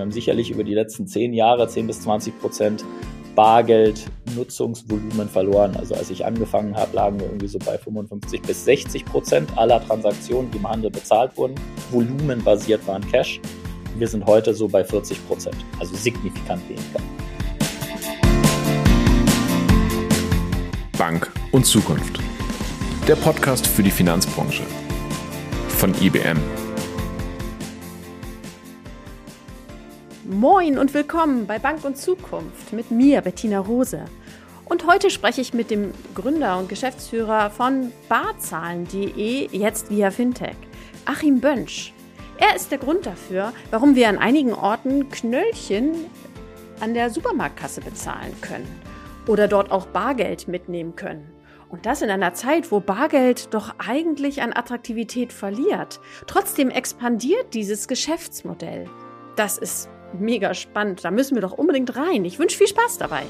haben sicherlich über die letzten 10 Jahre 10-20% Bargeldnutzungsvolumen verloren. Also als ich angefangen habe, lagen wir irgendwie so bei 55-60% aller Transaktionen, die im Handel bezahlt wurden, volumenbasiert waren Cash. Wir sind heute so bei 40%, also signifikant weniger. Bank und Zukunft. Der Podcast für die Finanzbranche von IBM. Moin und willkommen bei Bank und Zukunft mit mir, Bettina Rose. Und heute spreche ich mit dem Gründer und Geschäftsführer von barzahlen.de, jetzt via Fintech, Achim Bönsch. Er ist der Grund dafür, warum wir an einigen Orten Knöllchen an der Supermarktkasse bezahlen können oder dort auch Bargeld mitnehmen können. Und das in einer Zeit, wo Bargeld doch eigentlich an Attraktivität verliert. Trotzdem expandiert dieses Geschäftsmodell. Das ist mega spannend. Da müssen wir doch unbedingt rein. Ich wünsche viel Spaß dabei.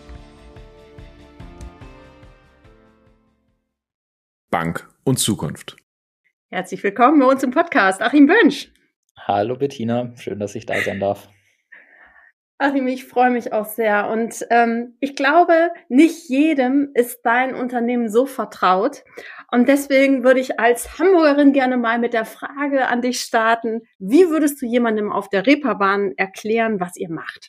Bank und Zukunft. Herzlich willkommen bei uns im Podcast, Achim Bönsch. Hallo Bettina, schön, dass ich da sein darf. Achim, ich freue mich auch sehr. Und ich glaube, nicht jedem ist dein Unternehmen so vertraut. Und deswegen würde ich als Hamburgerin gerne mal mit der Frage an dich starten: Wie würdest du jemandem auf der Reeperbahn erklären, was ihr macht?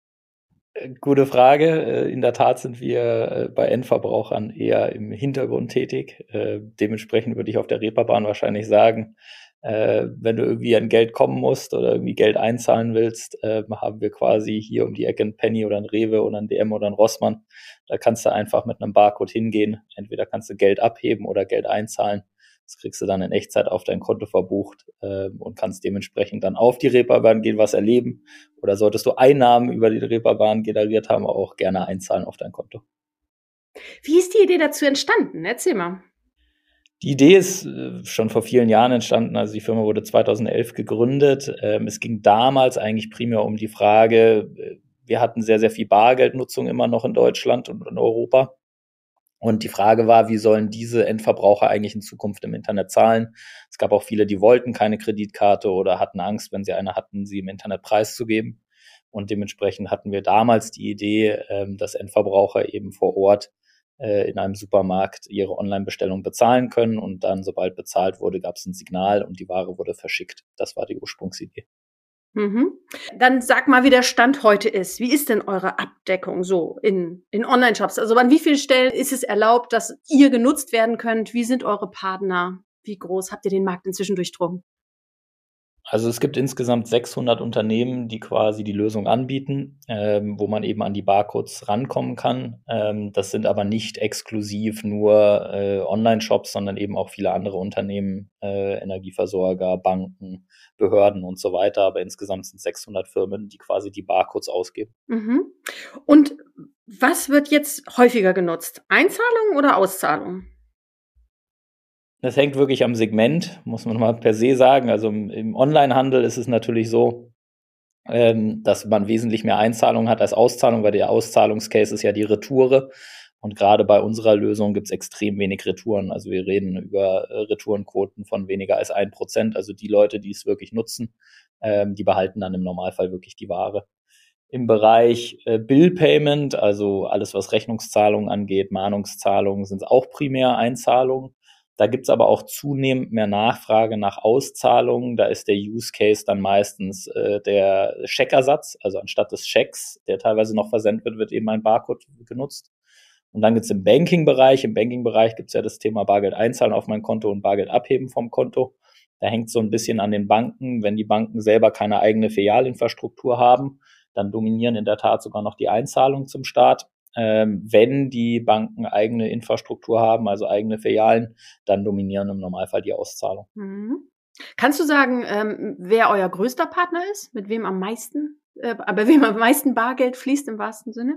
Gute Frage. In der Tat sind wir bei Endverbrauchern eher im Hintergrund tätig. Dementsprechend würde ich auf der Reeperbahn wahrscheinlich sagen, wenn du irgendwie an Geld kommen musst oder irgendwie Geld einzahlen willst, haben wir quasi hier um die Ecke ein Penny oder ein Rewe oder ein DM oder ein Rossmann. Da kannst du einfach mit einem Barcode hingehen. Entweder kannst du Geld abheben oder Geld einzahlen. Das kriegst du dann in Echtzeit auf dein Konto verbucht und kannst dementsprechend dann auf die Reeperbahn gehen, was erleben. Oder solltest du Einnahmen über die Reeperbahn generiert haben, auch gerne einzahlen auf dein Konto. Wie ist die Idee dazu entstanden? Erzähl mal. Die Idee ist schon vor vielen Jahren entstanden. Also die Firma wurde 2011 gegründet. Es ging damals eigentlich primär um die Frage, wir hatten sehr, sehr viel Bargeldnutzung immer noch in Deutschland und in Europa. Und die Frage war, wie sollen diese Endverbraucher eigentlich in Zukunft im Internet zahlen? Es gab auch viele, die wollten keine Kreditkarte oder hatten Angst, wenn sie eine hatten, sie im Internet preiszugeben. Und dementsprechend hatten wir damals die Idee, dass Endverbraucher eben vor Ort in einem Supermarkt ihre Online-Bestellung bezahlen können. Und dann, sobald bezahlt wurde, gab es ein Signal und die Ware wurde verschickt. Das war die Ursprungsidee. Mhm. Dann sag mal, wie der Stand heute ist. Wie ist denn eure Abdeckung so in Online-Shops? Also an wie vielen Stellen ist es erlaubt, dass ihr genutzt werden könnt? Wie sind eure Partner? Wie groß habt ihr den Markt inzwischen durchdrungen? Also es gibt insgesamt 600 Unternehmen, die quasi die Lösung anbieten, wo man eben an die Barcodes rankommen kann. Das sind aber nicht exklusiv nur Online-Shops, sondern eben auch viele andere Unternehmen, Energieversorger, Banken, Behörden und so weiter. Aber insgesamt sind 600 Firmen, die quasi die Barcodes ausgeben. Mhm. Und was wird jetzt häufiger genutzt? Einzahlung oder Auszahlung? Das hängt wirklich am Segment, muss man mal per se sagen. Also im Onlinehandel ist es natürlich so, dass man wesentlich mehr Einzahlungen hat als Auszahlung, weil der Auszahlungscase ist ja die Retoure. Und gerade bei unserer Lösung gibt es extrem wenig Retouren. Also wir reden über Retourenquoten von weniger als 1%. Also die Leute, die es wirklich nutzen, die behalten dann im Normalfall wirklich die Ware. Im Bereich Bill Payment, also alles, was Rechnungszahlungen angeht, Mahnungszahlungen, sind es auch primär Einzahlungen. Da gibt's aber auch zunehmend mehr Nachfrage nach Auszahlungen. Da ist der Use Case dann meistens der Scheckersatz. Also anstatt des Schecks, der teilweise noch versendet wird, wird eben ein Barcode genutzt. Und dann gibt's im Banking-Bereich. Im Banking-Bereich gibt's ja das Thema Bargeld einzahlen auf mein Konto und Bargeld abheben vom Konto. Da hängt so ein bisschen an den Banken. Wenn die Banken selber keine eigene Filialinfrastruktur haben, dann dominieren in der Tat sogar noch die Einzahlungen zum Start. Wenn die Banken eigene Infrastruktur haben, also eigene Filialen, dann dominieren im Normalfall die Auszahlung. Mhm. Kannst du sagen, wer euer größter Partner ist? Mit wem am meisten, bei wem am meisten Bargeld fließt im wahrsten Sinne?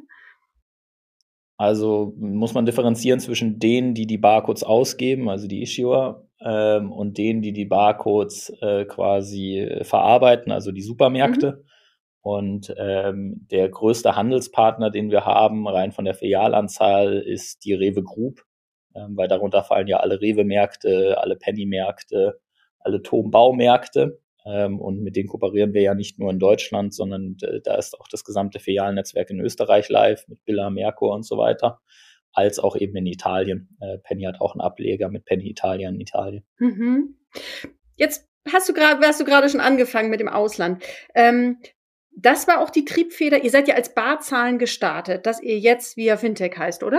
Also muss man differenzieren zwischen denen, die die Barcodes ausgeben, also die Issuer, und denen, die die Barcodes quasi verarbeiten, also die Supermärkte. Und der größte Handelspartner, den wir haben, rein von der Filialanzahl, ist die Rewe Group, weil darunter fallen ja alle Rewe-Märkte, alle Penny-Märkte, alle TOM-Baumärkte. Und mit denen kooperieren wir ja nicht nur in Deutschland, sondern da ist auch das gesamte Filialnetzwerk in Österreich live mit Billa, Merkur und so weiter, als auch eben in Italien. Penny hat auch einen Ableger mit Penny Italia in Italien. Mhm. Jetzt hast du gerade schon angefangen mit dem Ausland. Das war auch die Triebfeder. Ihr seid ja als Barzahlen gestartet, dass ihr jetzt via Fintech heißt, oder?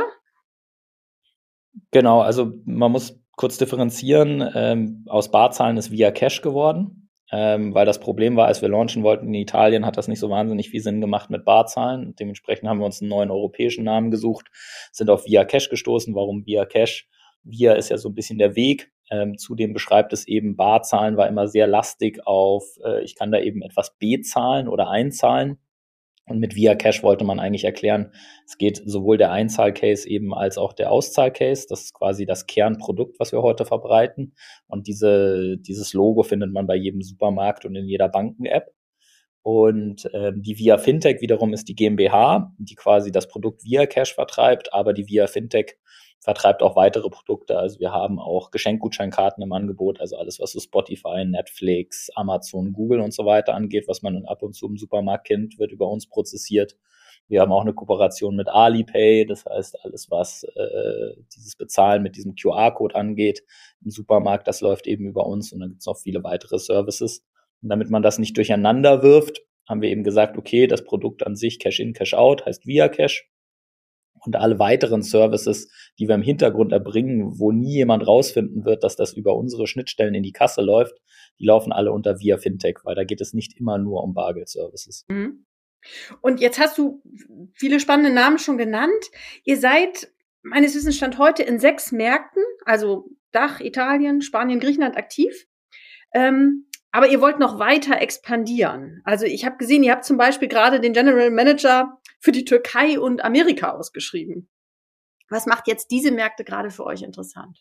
Genau, also man muss kurz differenzieren. Aus Barzahlen ist Via Cash geworden, weil das Problem war, als wir launchen wollten in Italien, hat das nicht so wahnsinnig viel Sinn gemacht mit Barzahlen. Dementsprechend haben wir uns einen neuen europäischen Namen gesucht, sind auf Via Cash gestoßen. Warum Via Cash? Via ist ja so ein bisschen der Weg. Zudem beschreibt es eben, Barzahlen war immer sehr lastig auf, ich kann da eben etwas bezahlen oder einzahlen. Und mit Via Cash wollte man eigentlich erklären, es geht sowohl der Einzahlcase eben als auch der Auszahlcase. Das ist quasi das Kernprodukt, was wir heute verbreiten. Und dieses Logo findet man bei jedem Supermarkt und in jeder Banken-App. Und die Via Fintech wiederum ist die GmbH, die quasi das Produkt Via Cash vertreibt, aber die Via Fintech vertreibt auch weitere Produkte. Also wir haben auch Geschenkgutscheinkarten im Angebot, also alles, was so Spotify, Netflix, Amazon, Google und so weiter angeht, was man ab und zu im Supermarkt kennt, wird über uns prozessiert. Wir haben auch eine Kooperation mit Alipay, das heißt, alles, was dieses Bezahlen mit diesem QR-Code angeht im Supermarkt, das läuft eben über uns, und dann gibt es noch viele weitere Services. Und damit man das nicht durcheinander wirft, haben wir eben gesagt, okay, das Produkt an sich, Cash-in, Cash-out, heißt Via Cash. Und alle weiteren Services, die wir im Hintergrund erbringen, wo nie jemand rausfinden wird, dass das über unsere Schnittstellen in die Kasse läuft, die laufen alle unter Via Fintech, weil da geht es nicht immer nur um Bargeldservices. Mhm. Und jetzt hast du viele spannende Namen schon genannt. Ihr seid meines Wissens Stand heute in 6 Märkten, also Dach, Italien, Spanien, Griechenland aktiv. Aber ihr wollt noch weiter expandieren. Also ich habe gesehen, ihr habt zum Beispiel gerade den General Manager für die Türkei und Amerika ausgeschrieben. Was macht jetzt diese Märkte gerade für euch interessant?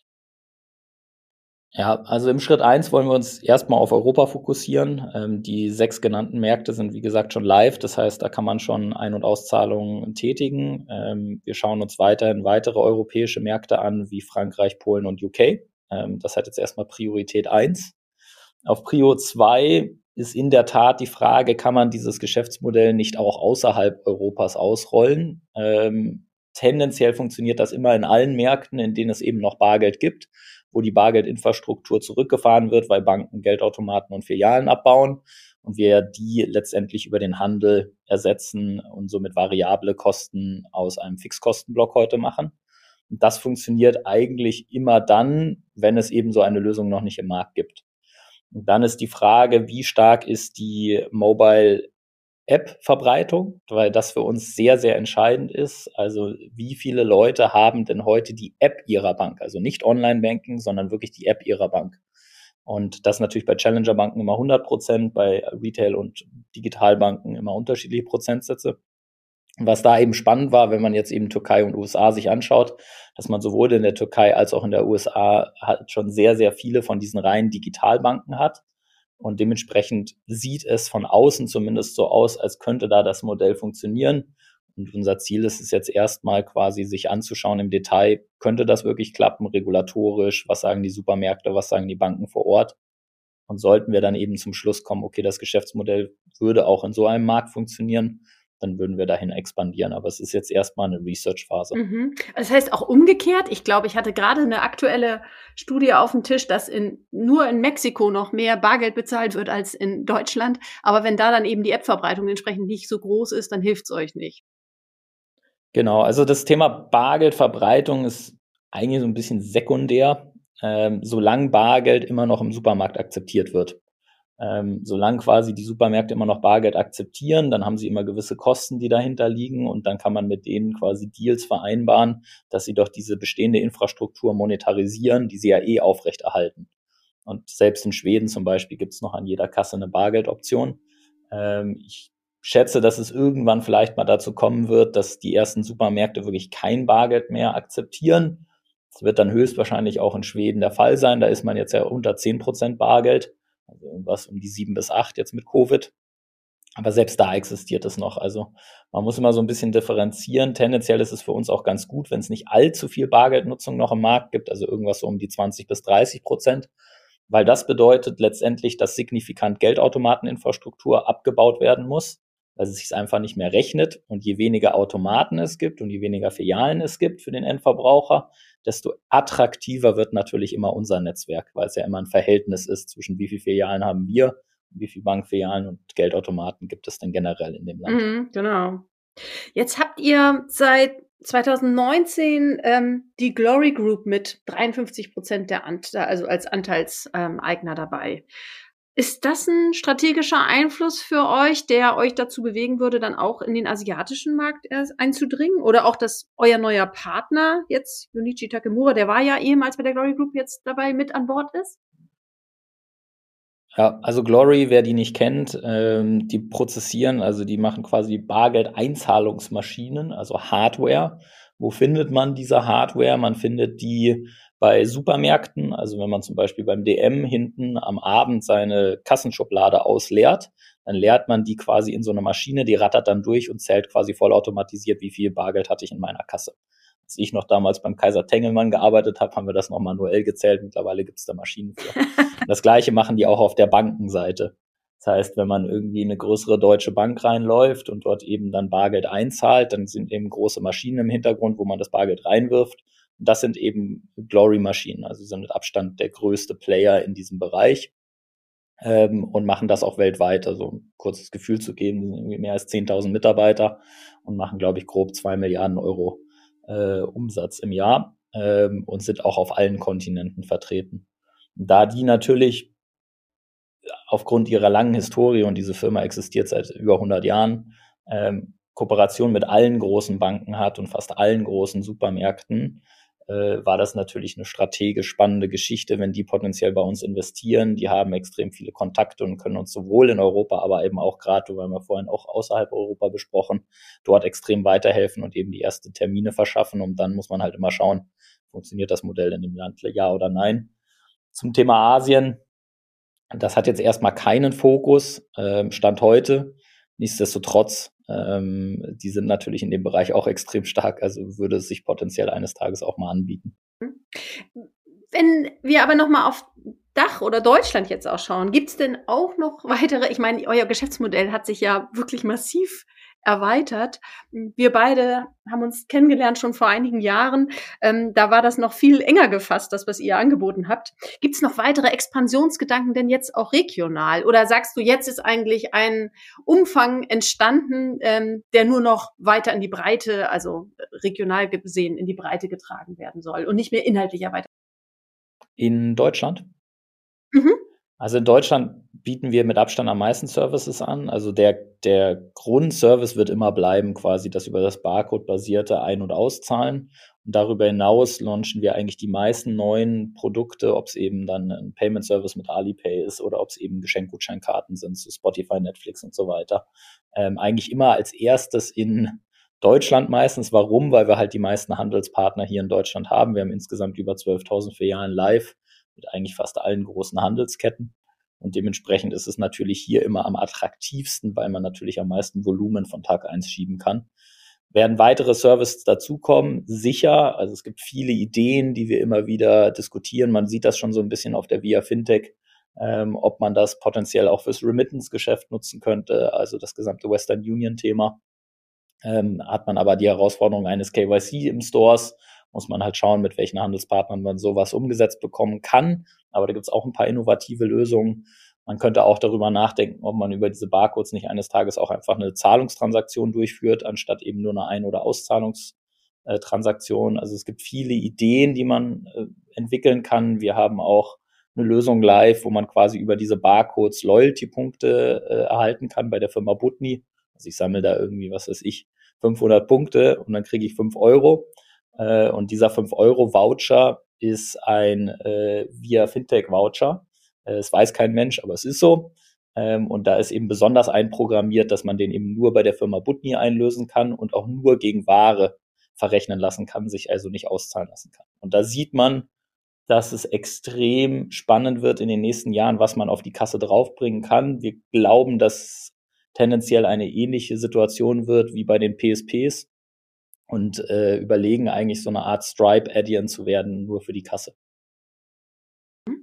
Ja, also im Schritt 1 wollen wir uns erstmal auf Europa fokussieren. Die 6 genannten Märkte sind, wie gesagt, schon live. Das heißt, da kann man schon Ein- und Auszahlungen tätigen. Wir schauen uns weiterhin weitere europäische Märkte an, wie Frankreich, Polen und UK. Das hat jetzt erstmal Priorität 1. Auf Prio 2 ist in der Tat die Frage, kann man dieses Geschäftsmodell nicht auch außerhalb Europas ausrollen? Tendenziell funktioniert das immer in allen Märkten, in denen es eben noch Bargeld gibt, wo die Bargeldinfrastruktur zurückgefahren wird, weil Banken Geldautomaten und Filialen abbauen und wir die letztendlich über den Handel ersetzen und somit variable Kosten aus einem Fixkostenblock heute machen. Und das funktioniert eigentlich immer dann, wenn es eben so eine Lösung noch nicht im Markt gibt. Und dann ist die Frage, wie stark ist die Mobile-App-Verbreitung, weil das für uns sehr, sehr entscheidend ist. Also wie viele Leute haben denn heute die App ihrer Bank? Also nicht Online-Banking, sondern wirklich die App ihrer Bank. Und das natürlich bei Challenger-Banken immer 100%, bei Retail- und Digitalbanken immer unterschiedliche Prozentsätze. Was da eben spannend war, wenn man jetzt eben Türkei und USA sich anschaut, dass man sowohl in der Türkei als auch in der USA halt schon sehr, sehr viele von diesen reinen Digitalbanken hat. Und dementsprechend sieht es von außen zumindest so aus, als könnte da das Modell funktionieren. Und unser Ziel ist es jetzt erstmal quasi, sich anzuschauen im Detail, könnte das wirklich klappen, regulatorisch, was sagen die Supermärkte, was sagen die Banken vor Ort? Und sollten wir dann eben zum Schluss kommen, okay, das Geschäftsmodell würde auch in so einem Markt funktionieren, dann würden wir dahin expandieren. Aber es ist jetzt erstmal eine Research-Phase. Mhm. Das heißt auch umgekehrt. Ich glaube, ich hatte gerade eine aktuelle Studie auf dem Tisch, dass nur in Mexiko noch mehr Bargeld bezahlt wird als in Deutschland. Aber wenn da dann eben die App-Verbreitung entsprechend nicht so groß ist, dann hilft es euch nicht. Genau, also das Thema Bargeldverbreitung ist eigentlich so ein bisschen sekundär, solange Bargeld immer noch im Supermarkt akzeptiert wird. Solange quasi die Supermärkte immer noch Bargeld akzeptieren, dann haben sie immer gewisse Kosten, die dahinter liegen, und dann kann man mit denen quasi Deals vereinbaren, dass sie doch diese bestehende Infrastruktur monetarisieren, die sie ja aufrechterhalten. Und selbst in Schweden zum Beispiel gibt es noch an jeder Kasse eine Bargeldoption. Ich schätze, dass es irgendwann vielleicht mal dazu kommen wird, dass die ersten Supermärkte wirklich kein Bargeld mehr akzeptieren. Das wird dann höchstwahrscheinlich auch in Schweden der Fall sein. Da ist man jetzt ja unter 10% Bargeld. Also irgendwas um die 7 bis 8 jetzt mit Covid. Aber selbst da existiert es noch. Also man muss immer so ein bisschen differenzieren. Tendenziell ist es für uns auch ganz gut, wenn es nicht allzu viel Bargeldnutzung noch im Markt gibt. Also irgendwas so um die 20 bis 30%. weil das bedeutet letztendlich, dass signifikant Geldautomateninfrastruktur abgebaut werden muss, weil es sich einfach nicht mehr rechnet. Und je weniger Automaten es gibt und je weniger Filialen es gibt für den Endverbraucher, desto attraktiver wird natürlich immer unser Netzwerk, weil es ja immer ein Verhältnis ist zwischen wie viele Filialen haben wir und wie viele Bankfilialen und Geldautomaten gibt es denn generell in dem Land. Genau. Jetzt habt ihr seit 2019 die Glory Group mit 53% also als Anteilseigner dabei. Ist das ein strategischer Einfluss für euch, der euch dazu bewegen würde, dann auch in den asiatischen Markt einzudringen? Oder auch, dass euer neuer Partner jetzt, Junichi Takemura, der war ja ehemals bei der Glory Group, jetzt dabei mit an Bord ist? Ja, also Glory, wer die nicht kennt, die prozessieren, also die machen quasi Bargeldeinzahlungsmaschinen, also Hardware. Wo findet man diese Hardware? Man findet die bei Supermärkten, also wenn man zum Beispiel beim DM hinten am Abend seine Kassenschublade ausleert, dann leert man die quasi in so eine Maschine, die rattert dann durch und zählt quasi vollautomatisiert, wie viel Bargeld hatte ich in meiner Kasse. Als ich noch damals beim Kaiser Tengelmann gearbeitet habe, haben wir das noch manuell gezählt. Mittlerweile gibt es da Maschinen für. Das Gleiche machen die auch auf der Bankenseite. Das heißt, wenn man irgendwie in eine größere deutsche Bank reinläuft und dort eben dann Bargeld einzahlt, dann sind eben große Maschinen im Hintergrund, wo man das Bargeld reinwirft. Und das sind eben Glory-Maschinen, also sind mit Abstand der größte Player in diesem Bereich und machen das auch weltweit. Also um kurzes Gefühl zu geben, sind irgendwie mehr als 10.000 Mitarbeiter und machen, glaube ich, grob 2 Milliarden Euro Umsatz im Jahr und sind auch auf allen Kontinenten vertreten. Und da die natürlich aufgrund ihrer langen Historie, und diese Firma existiert seit über 100 Jahren, Kooperation mit allen großen Banken hat und fast allen großen Supermärkten, war das natürlich eine strategisch spannende Geschichte, wenn die potenziell bei uns investieren. Die haben extrem viele Kontakte und können uns sowohl in Europa, aber eben auch gerade, weil wir vorhin auch außerhalb Europa besprochen, dort extrem weiterhelfen und eben die ersten Termine verschaffen. Und dann muss man halt immer schauen, funktioniert das Modell in dem Land, ja oder nein. Zum Thema Asien, das hat jetzt erstmal keinen Fokus, Stand heute. Nichtsdestotrotz, die sind natürlich in dem Bereich auch extrem stark, also würde es sich potenziell eines Tages auch mal anbieten. Wenn wir aber nochmal auf Dach oder Deutschland jetzt auch schauen, gibt es denn auch noch weitere, ich meine, euer Geschäftsmodell hat sich ja wirklich massiv erweitert. Wir beide haben uns kennengelernt schon vor einigen Jahren. Da war das noch viel enger gefasst, das, was ihr angeboten habt. Gibt es noch weitere Expansionsgedanken denn jetzt auch regional? Oder sagst du, jetzt ist eigentlich ein Umfang entstanden, der nur noch weiter in die Breite, also regional gesehen, in die Breite getragen werden soll und nicht mehr inhaltlich erweitert? In Deutschland? Also in Deutschland bieten wir mit Abstand am meisten Services an. Also der Grundservice wird immer bleiben, quasi das über das Barcode-basierte Ein- und Auszahlen. Und darüber hinaus launchen wir eigentlich die meisten neuen Produkte, ob es eben dann ein Payment-Service mit Alipay ist oder ob es eben Geschenkgutscheinkarten sind, so Spotify, Netflix und so weiter. Eigentlich immer als erstes in Deutschland meistens. Warum? Weil wir halt die meisten Handelspartner hier in Deutschland haben. Wir haben insgesamt über 12.000 Filialen live mit eigentlich fast allen großen Handelsketten. Und dementsprechend ist es natürlich hier immer am attraktivsten, weil man natürlich am meisten Volumen von Tag 1 schieben kann. Werden weitere Services dazukommen? Sicher. Also es gibt viele Ideen, die wir immer wieder diskutieren. Man sieht das schon so ein bisschen auf der Via Fintech, ob man das potenziell auch fürs Remittance-Geschäft nutzen könnte, also das gesamte Western Union-Thema. Hat man aber die Herausforderung eines KYC im Stores, muss man halt schauen, mit welchen Handelspartnern man sowas umgesetzt bekommen kann. Aber da gibt es auch ein paar innovative Lösungen. Man könnte auch darüber nachdenken, ob man über diese Barcodes nicht eines Tages auch einfach eine Zahlungstransaktion durchführt, anstatt eben nur eine Ein- oder Auszahlungstransaktion. Also es gibt viele Ideen, die man entwickeln kann. Wir haben auch eine Lösung live, wo man quasi über diese Barcodes Loyalty-Punkte erhalten kann bei der Firma Butni. Also ich sammle da irgendwie, 500 Punkte und dann kriege ich 5 Euro. Und dieser 5-Euro-Voucher ist ein Via Fintech-Voucher. Es weiß kein Mensch, aber es ist so. Und da ist eben besonders einprogrammiert, dass man den eben nur bei der Firma Butni einlösen kann und auch nur gegen Ware verrechnen lassen kann, sich also nicht auszahlen lassen kann. Und da sieht man, dass es extrem spannend wird in den nächsten Jahren, was man auf die Kasse draufbringen kann. Wir glauben, dass tendenziell eine ähnliche Situation wird wie bei den PSPs und überlegen eigentlich so eine Art Stripe-Add-on zu werden, nur für die Kasse.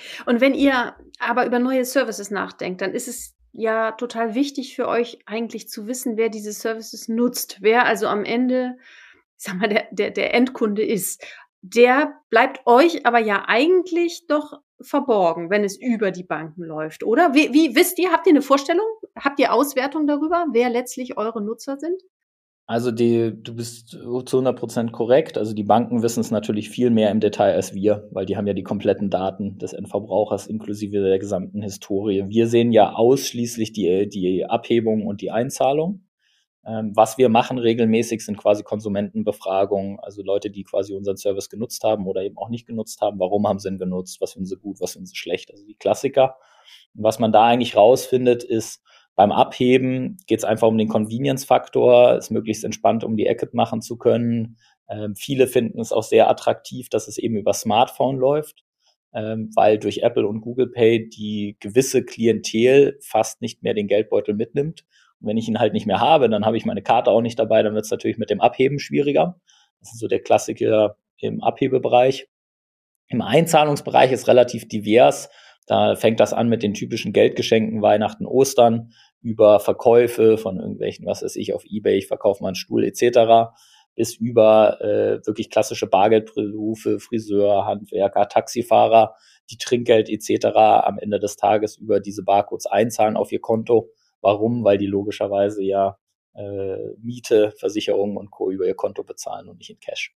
Und wenn ihr aber über neue Services nachdenkt, dann ist es ja total wichtig für euch eigentlich zu wissen, wer diese Services nutzt, wer also am Ende, ich sag mal, der Endkunde ist. Der bleibt euch aber ja eigentlich doch verborgen, wenn es über die Banken läuft, oder? Wie wisst ihr, habt ihr eine Vorstellung? Habt ihr Auswertung darüber, wer letztlich eure Nutzer sind? Also du bist zu 100% korrekt. Also die Banken wissen es natürlich viel mehr im Detail als wir, weil die haben ja die kompletten Daten des Endverbrauchers inklusive der gesamten Historie. Wir sehen ja ausschließlich die Abhebung und die Einzahlung. Was wir machen regelmäßig sind quasi Konsumentenbefragungen, also Leute, die quasi unseren Service genutzt haben oder eben auch nicht genutzt haben. Warum haben sie ihn genutzt? Was finden sie gut? Was finden sie schlecht? Also die Klassiker. Und was man da eigentlich rausfindet, ist, beim Abheben geht es einfach um den Convenience-Faktor, es möglichst entspannt um die Ecke machen zu können. Viele finden es auch sehr attraktiv, dass es eben über Smartphone läuft, weil durch Apple und Google Pay die gewisse Klientel fast nicht mehr den Geldbeutel mitnimmt. Und wenn ich ihn halt nicht mehr habe, dann habe ich meine Karte auch nicht dabei, dann wird es natürlich mit dem Abheben schwieriger. Das ist so der Klassiker im Abhebebereich. Im Einzahlungsbereich ist relativ divers. Da fängt das an mit den typischen Geldgeschenken, Weihnachten, Ostern, über Verkäufe von irgendwelchen, was weiß ich, auf eBay, ich verkaufe mal einen Stuhl etc., bis über wirklich klassische Bargeldberufe, Friseur, Handwerker, Taxifahrer, die Trinkgeld etc. am Ende des Tages über diese Barcodes einzahlen auf ihr Konto. Warum? Weil die logischerweise ja Miete, Versicherungen und Co. über ihr Konto bezahlen und nicht in Cash.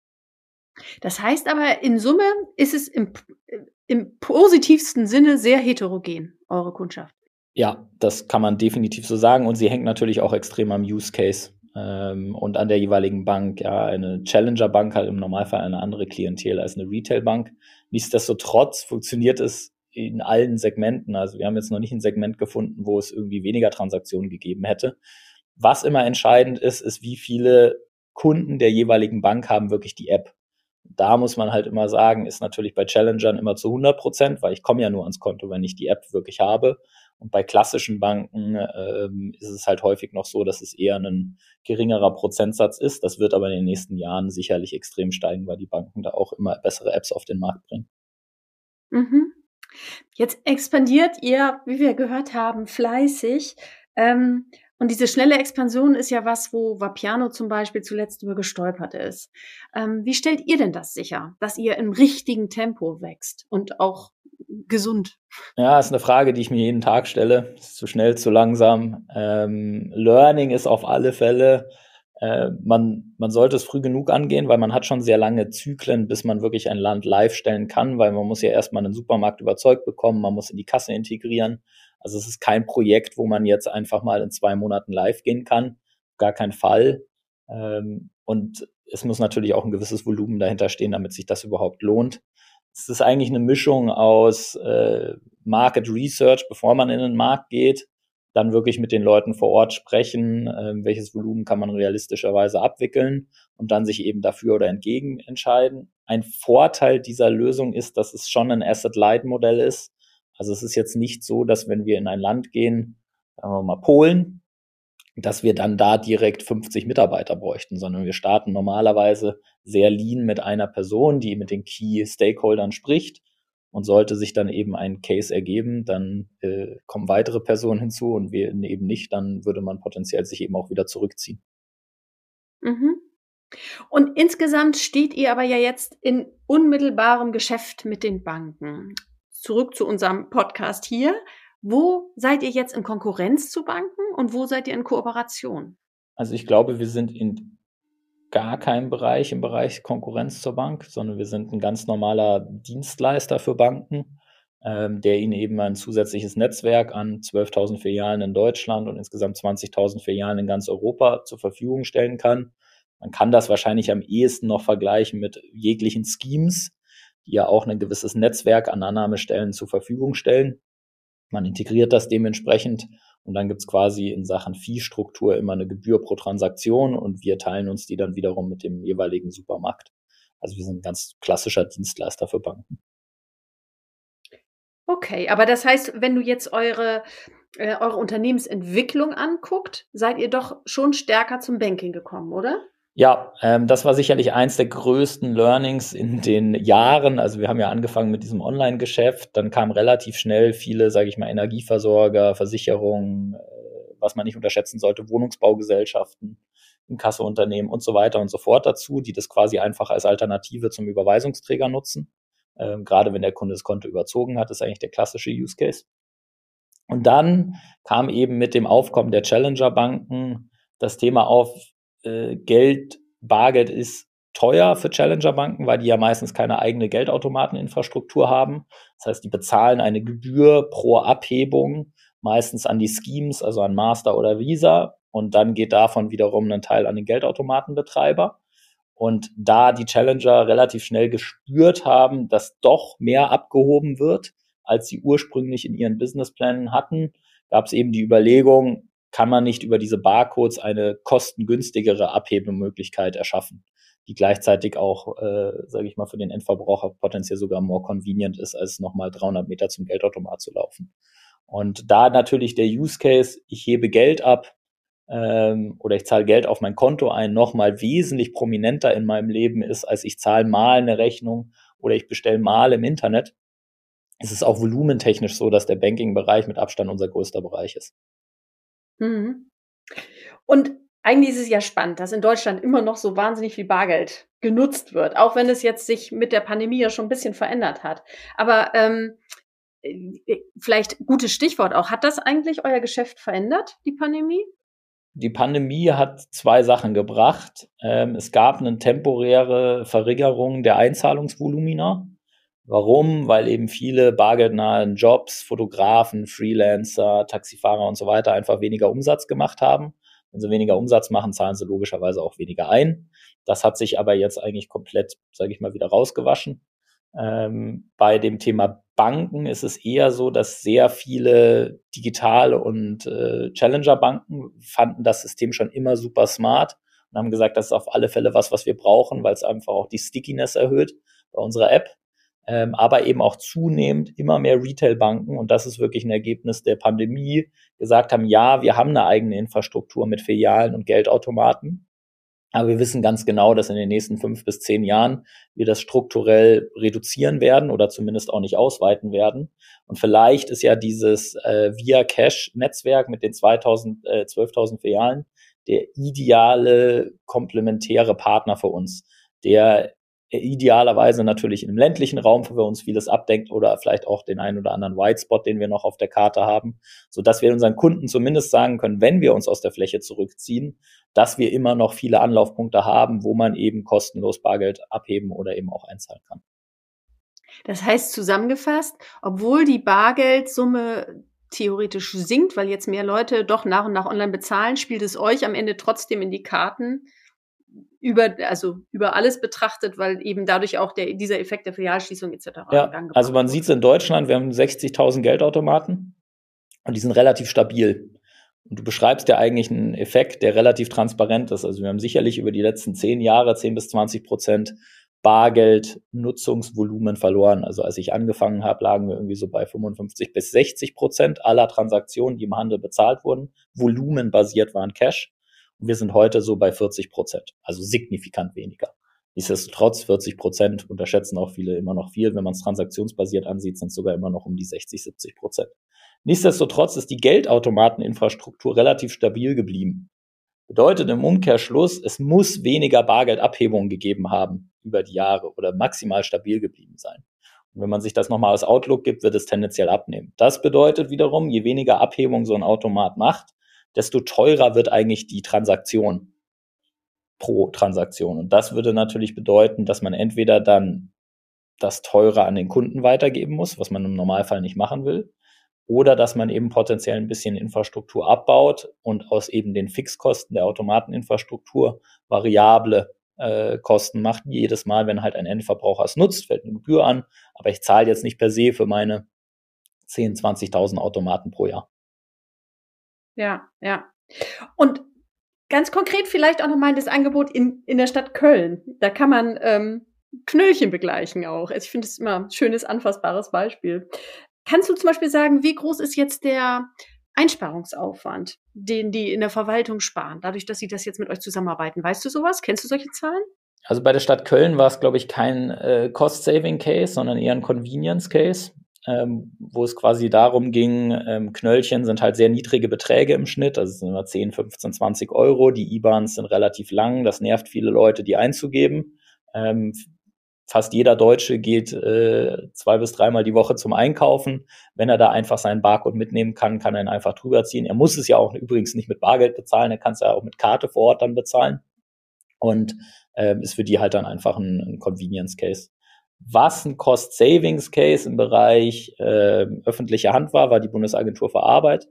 Das heißt aber, in Summe ist es im positivsten Sinne sehr heterogen, eure Kundschaft. Ja, das kann man definitiv so sagen. Und sie hängt natürlich auch extrem am Use Case und an der jeweiligen Bank. Ja, eine Challenger-Bank hat im Normalfall eine andere Klientel als eine Retail-Bank. Nichtsdestotrotz funktioniert es in allen Segmenten. Also wir haben jetzt noch nicht ein Segment gefunden, wo es irgendwie weniger Transaktionen gegeben hätte. Was immer entscheidend ist, ist, wie viele Kunden der jeweiligen Bank haben wirklich die App. Da muss man halt immer sagen, ist natürlich bei Challengern immer zu 100%, weil ich komme ja nur ans Konto, wenn ich die App wirklich habe. Und bei klassischen Banken ist es halt häufig noch so, dass es eher ein geringerer Prozentsatz ist. Das wird aber in den nächsten Jahren sicherlich extrem steigen, weil die Banken da auch immer bessere Apps auf den Markt bringen. Mhm. Jetzt expandiert ihr, wie wir gehört haben, fleißig. Und diese schnelle Expansion ist ja was, wo Vapiano zum Beispiel zuletzt über gestolpert ist. Wie stellt ihr denn das sicher, dass ihr im richtigen Tempo wächst und auch gesund? Ja, ist eine Frage, die ich mir jeden Tag stelle. Ist zu schnell, zu langsam. Learning ist auf alle Fälle, man sollte es früh genug angehen, weil man hat schon sehr lange Zyklen, bis man wirklich ein Land live stellen kann, weil man muss ja erstmal einen Supermarkt überzeugt bekommen, man muss in die Kasse integrieren. Also es ist kein Projekt, wo man jetzt einfach mal in 2 Monaten live gehen kann. Gar kein Fall. Und es muss natürlich auch ein gewisses Volumen dahinter stehen, damit sich das überhaupt lohnt. Es ist eigentlich eine Mischung aus Market Research, bevor man in den Markt geht, dann wirklich mit den Leuten vor Ort sprechen, welches Volumen kann man realistischerweise abwickeln und dann sich eben dafür oder entgegen entscheiden. Ein Vorteil dieser Lösung ist, dass es schon ein Asset-Light-Modell ist. Also es ist jetzt nicht so, dass wenn wir in ein Land gehen, sagen wir mal Polen, dass wir dann da direkt 50 Mitarbeiter bräuchten, sondern wir starten normalerweise sehr lean mit einer Person, die mit den Key-Stakeholdern spricht. Und sollte sich dann eben ein Case ergeben, dann kommen weitere Personen hinzu und wir eben nicht, dann würde man potenziell sich eben auch wieder zurückziehen. Mhm. Und insgesamt steht ihr aber ja jetzt in unmittelbarem Geschäft mit den Banken. Zurück zu unserem Podcast hier. Wo seid ihr jetzt in Konkurrenz zu Banken und wo seid ihr in Kooperation? Also ich glaube, wir sind in gar keinem Bereich im Bereich Konkurrenz zur Bank, sondern wir sind ein ganz normaler Dienstleister für Banken, der ihnen eben ein zusätzliches Netzwerk an 12.000 Filialen in Deutschland und insgesamt 20.000 Filialen in ganz Europa zur Verfügung stellen kann. Man kann das wahrscheinlich am ehesten noch vergleichen mit jeglichen Schemes, die ja auch ein gewisses Netzwerk an Annahmestellen zur Verfügung stellen. Man integriert das dementsprechend und dann gibt's quasi in Sachen Fee-Struktur immer eine Gebühr pro Transaktion und wir teilen uns die dann wiederum mit dem jeweiligen Supermarkt. Also wir sind ein ganz klassischer Dienstleister für Banken. Okay, aber das heißt, wenn du jetzt eure Unternehmensentwicklung anguckt, seid ihr doch schon stärker zum Banking gekommen, oder? Ja, das war sicherlich eins der größten Learnings in den Jahren. Also wir haben ja angefangen mit diesem Online-Geschäft, dann kamen relativ schnell viele, sage ich mal, Energieversorger, Versicherungen, was man nicht unterschätzen sollte, Wohnungsbaugesellschaften, Inkassounternehmen und so weiter und so fort dazu, die das quasi einfach als Alternative zum Überweisungsträger nutzen. Gerade wenn der Kunde das Konto überzogen hat, ist eigentlich der klassische Use Case. Und dann kam eben mit dem Aufkommen der Challenger-Banken das Thema auf, Bargeld ist teuer für Challenger-Banken, weil die ja meistens keine eigene Geldautomateninfrastruktur haben. Das heißt, die bezahlen eine Gebühr pro Abhebung, meistens an die Schemes, also an Master oder Visa. Und dann geht davon wiederum ein Teil an den Geldautomatenbetreiber. Und da die Challenger relativ schnell gespürt haben, dass doch mehr abgehoben wird, als sie ursprünglich in ihren Businessplänen hatten, gab es eben die Überlegung, kann man nicht über diese Barcodes eine kostengünstigere Abhebemöglichkeit erschaffen, die gleichzeitig auch, sage ich mal, für den Endverbraucher potenziell sogar more convenient ist, als nochmal 300 Meter zum Geldautomat zu laufen. Und da natürlich der Use Case, ich hebe Geld ab oder ich zahle Geld auf mein Konto ein, nochmal wesentlich prominenter in meinem Leben ist, als ich zahle mal eine Rechnung oder ich bestelle mal im Internet, ist es auch volumentechnisch so, dass der Banking-Bereich mit Abstand unser größter Bereich ist. Mhm. Und eigentlich ist es ja spannend, dass in Deutschland immer noch so wahnsinnig viel Bargeld genutzt wird, auch wenn es jetzt sich mit der Pandemie ja schon ein bisschen verändert hat. Aber vielleicht gutes Stichwort auch. Hat das eigentlich euer Geschäft verändert, die Pandemie? Die Pandemie hat zwei Sachen gebracht. Es gab eine temporäre Verringerung der Einzahlungsvolumina. Warum? Weil eben viele bargeldnahen Jobs, Fotografen, Freelancer, Taxifahrer und so weiter einfach weniger Umsatz gemacht haben. Wenn sie weniger Umsatz machen, zahlen sie logischerweise auch weniger ein. Das hat sich aber jetzt eigentlich komplett, sage ich mal, wieder rausgewaschen. Bei dem Thema Banken ist es eher so, dass sehr viele digitale und Challenger-Banken fanden das System schon immer super smart und haben gesagt, das ist auf alle Fälle was wir brauchen, weil es einfach auch die Stickiness erhöht bei unserer App. Aber eben auch zunehmend immer mehr Retail-Banken, und das ist wirklich ein Ergebnis der Pandemie, gesagt haben, ja, wir haben eine eigene Infrastruktur mit Filialen und Geldautomaten, aber wir wissen ganz genau, dass in den nächsten 5 bis 10 Jahren wir das strukturell reduzieren werden oder zumindest auch nicht ausweiten werden. Und vielleicht ist ja dieses Via Cash-Netzwerk mit den 12.000 Filialen der ideale komplementäre Partner für uns, der idealerweise natürlich im ländlichen Raum für uns vieles abdenkt oder vielleicht auch den einen oder anderen White Spot, den wir noch auf der Karte haben, sodass wir unseren Kunden zumindest sagen können, wenn wir uns aus der Fläche zurückziehen, dass wir immer noch viele Anlaufpunkte haben, wo man eben kostenlos Bargeld abheben oder eben auch einzahlen kann. Das heißt zusammengefasst, obwohl die Bargeldsumme theoretisch sinkt, weil jetzt mehr Leute doch nach und nach online bezahlen, spielt es euch am Ende trotzdem in die Karten, über alles betrachtet, weil eben dadurch auch dieser Effekt der Filialschließung etc. Ja, also man sieht es in Deutschland, wir haben 60.000 Geldautomaten und die sind relativ stabil. Und du beschreibst ja eigentlich einen Effekt, der relativ transparent ist. Also wir haben sicherlich über die letzten 10 Jahre 10 bis 20% Bargeldnutzungsvolumen verloren. Also als ich angefangen habe, lagen wir irgendwie so bei 55 bis 60% aller Transaktionen, die im Handel bezahlt wurden, volumenbasiert waren Cash. Und wir sind heute so bei 40%, also signifikant weniger. Nichtsdestotrotz 40% unterschätzen auch viele immer noch viel. Wenn man es transaktionsbasiert ansieht, sind es sogar immer noch um die 60-70%. Nichtsdestotrotz ist die Geldautomateninfrastruktur relativ stabil geblieben. Bedeutet im Umkehrschluss, es muss weniger Bargeldabhebungen gegeben haben über die Jahre oder maximal stabil geblieben sein. Und wenn man sich das nochmal als Outlook gibt, wird es tendenziell abnehmen. Das bedeutet wiederum, je weniger Abhebung so ein Automat macht, desto teurer wird eigentlich die Transaktion pro Transaktion. Und das würde natürlich bedeuten, dass man entweder dann das Teure an den Kunden weitergeben muss, was man im Normalfall nicht machen will, oder dass man eben potenziell ein bisschen Infrastruktur abbaut und aus eben den Fixkosten der Automateninfrastruktur variable Kosten macht. Jedes Mal, wenn halt ein Endverbraucher es nutzt, fällt eine Gebühr an, aber ich zahle jetzt nicht per se für meine 10.000, 20.000 Automaten pro Jahr. Ja. Und ganz konkret vielleicht auch nochmal das Angebot in der Stadt Köln. Da kann man Knöllchen begleichen auch. Also ich finde es immer ein schönes, anfassbares Beispiel. Kannst du zum Beispiel sagen, wie groß ist jetzt der Einsparungsaufwand, den die in der Verwaltung sparen, dadurch, dass sie das jetzt mit euch zusammenarbeiten. Weißt du sowas? Kennst du solche Zahlen? Also bei der Stadt Köln war es, glaube ich, kein Cost-Saving-Case, sondern eher ein Convenience-Case, wo es quasi darum ging, Knöllchen sind halt sehr niedrige Beträge im Schnitt, also es sind immer 10, 15, 20 Euro. Die IBANs sind relativ lang, das nervt viele Leute, die einzugeben. Fast jeder Deutsche geht 2 bis 3 Mal die Woche zum Einkaufen. Wenn er da einfach seinen Barcode mitnehmen kann, kann er ihn einfach drüber ziehen. Er muss es ja auch übrigens nicht mit Bargeld bezahlen, er kann es ja auch mit Karte vor Ort dann bezahlen. Und ist für die halt dann einfach ein Convenience-Case. Was ein Cost-Savings-Case im Bereich öffentliche Hand war die Bundesagentur für Arbeit,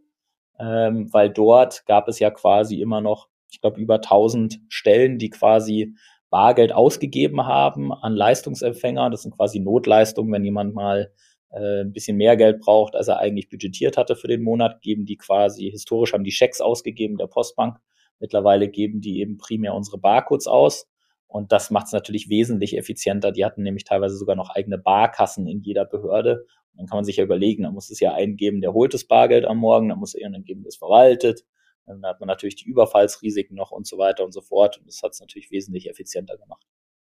weil dort gab es ja quasi immer noch, ich glaube, über 1000 Stellen, die quasi Bargeld ausgegeben haben an Leistungsempfänger. Das sind quasi Notleistungen, wenn jemand mal ein bisschen mehr Geld braucht, als er eigentlich budgetiert hatte für den Monat, geben die quasi, historisch haben die Schecks ausgegeben der Postbank. Mittlerweile geben die eben primär unsere Barcodes aus. Und das macht es natürlich wesentlich effizienter. Die hatten nämlich teilweise sogar noch eigene Barkassen in jeder Behörde. Und dann kann man sich ja überlegen, da muss es ja einen geben, der holt das Bargeld am Morgen, dann muss er einen geben, der es verwaltet. Dann hat man natürlich die Überfallsrisiken noch und so weiter und so fort. Und das hat es natürlich wesentlich effizienter gemacht.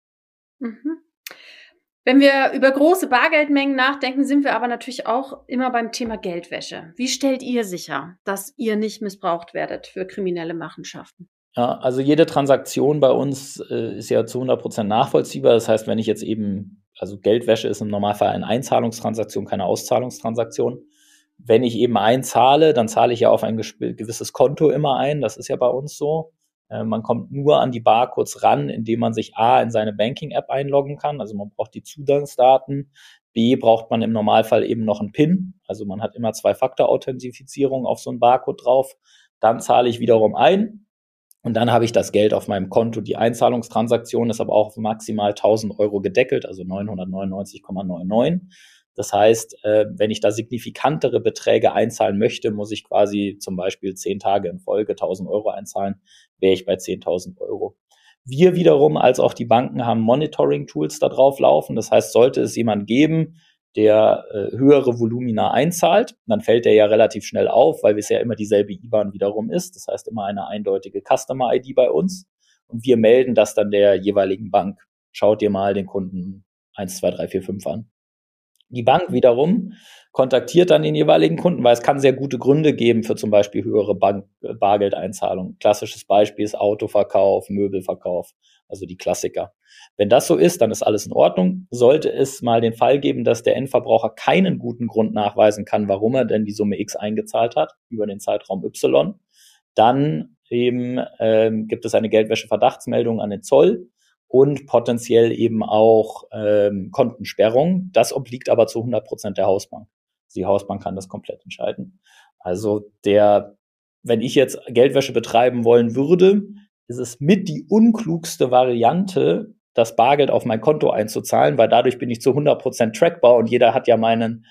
Mhm. Wenn wir über große Bargeldmengen nachdenken, sind wir aber natürlich auch immer beim Thema Geldwäsche. Wie stellt ihr sicher, dass ihr nicht missbraucht werdet für kriminelle Machenschaften? Ja, also jede Transaktion bei uns ist ja zu 100% nachvollziehbar. Das heißt, wenn ich jetzt eben, also Geldwäsche ist im Normalfall eine Einzahlungstransaktion, keine Auszahlungstransaktion. Wenn ich eben einzahle, dann zahle ich ja auf ein gewisses Konto immer ein. Das ist ja bei uns so. Man kommt nur an die Barcodes ran, indem man sich A, in seine Banking-App einloggen kann. Also man braucht die Zugangsdaten. B, braucht man im Normalfall eben noch einen PIN. Also man hat immer 2-Faktor-Authentifizierung auf so einen Barcode drauf. Dann zahle ich wiederum ein. Und dann habe ich das Geld auf meinem Konto. Die Einzahlungstransaktion ist aber auch auf maximal 1.000 Euro gedeckelt, also 999,99. Das heißt, wenn ich da signifikantere Beträge einzahlen möchte, muss ich quasi zum Beispiel 10 Tage in Folge 1.000 Euro einzahlen, wäre ich bei 10.000 Euro. Wir wiederum, als auch die Banken, haben Monitoring-Tools da drauf laufen. Das heißt, sollte es jemand geben, der höhere Volumina einzahlt, dann fällt der ja relativ schnell auf, weil es ja immer dieselbe IBAN wiederum ist. Das heißt, immer eine eindeutige Customer-ID bei uns. Und wir melden das dann der jeweiligen Bank. Schaut dir mal den Kunden 1, 2, 3, 4, 5 an. Die Bank wiederum kontaktiert dann den jeweiligen Kunden, weil es kann sehr gute Gründe geben für zum Beispiel höhere Bargeldeinzahlungen. Klassisches Beispiel ist Autoverkauf, Möbelverkauf, also die Klassiker. Wenn das so ist, dann ist alles in Ordnung. Sollte es mal den Fall geben, dass der Endverbraucher keinen guten Grund nachweisen kann, warum er denn die Summe X eingezahlt hat, über den Zeitraum Y, dann eben gibt es eine Geldwäsche-Verdachtsmeldung an den Zoll und potenziell eben auch Kontensperrung. Das obliegt aber zu 100% der Hausbank. Die Hausbank kann das komplett entscheiden. Also wenn ich jetzt Geldwäsche betreiben wollen würde, ist es mit die unklugste Variante, das Bargeld auf mein Konto einzuzahlen, weil dadurch bin ich zu 100% trackbar und jeder hat ja meinen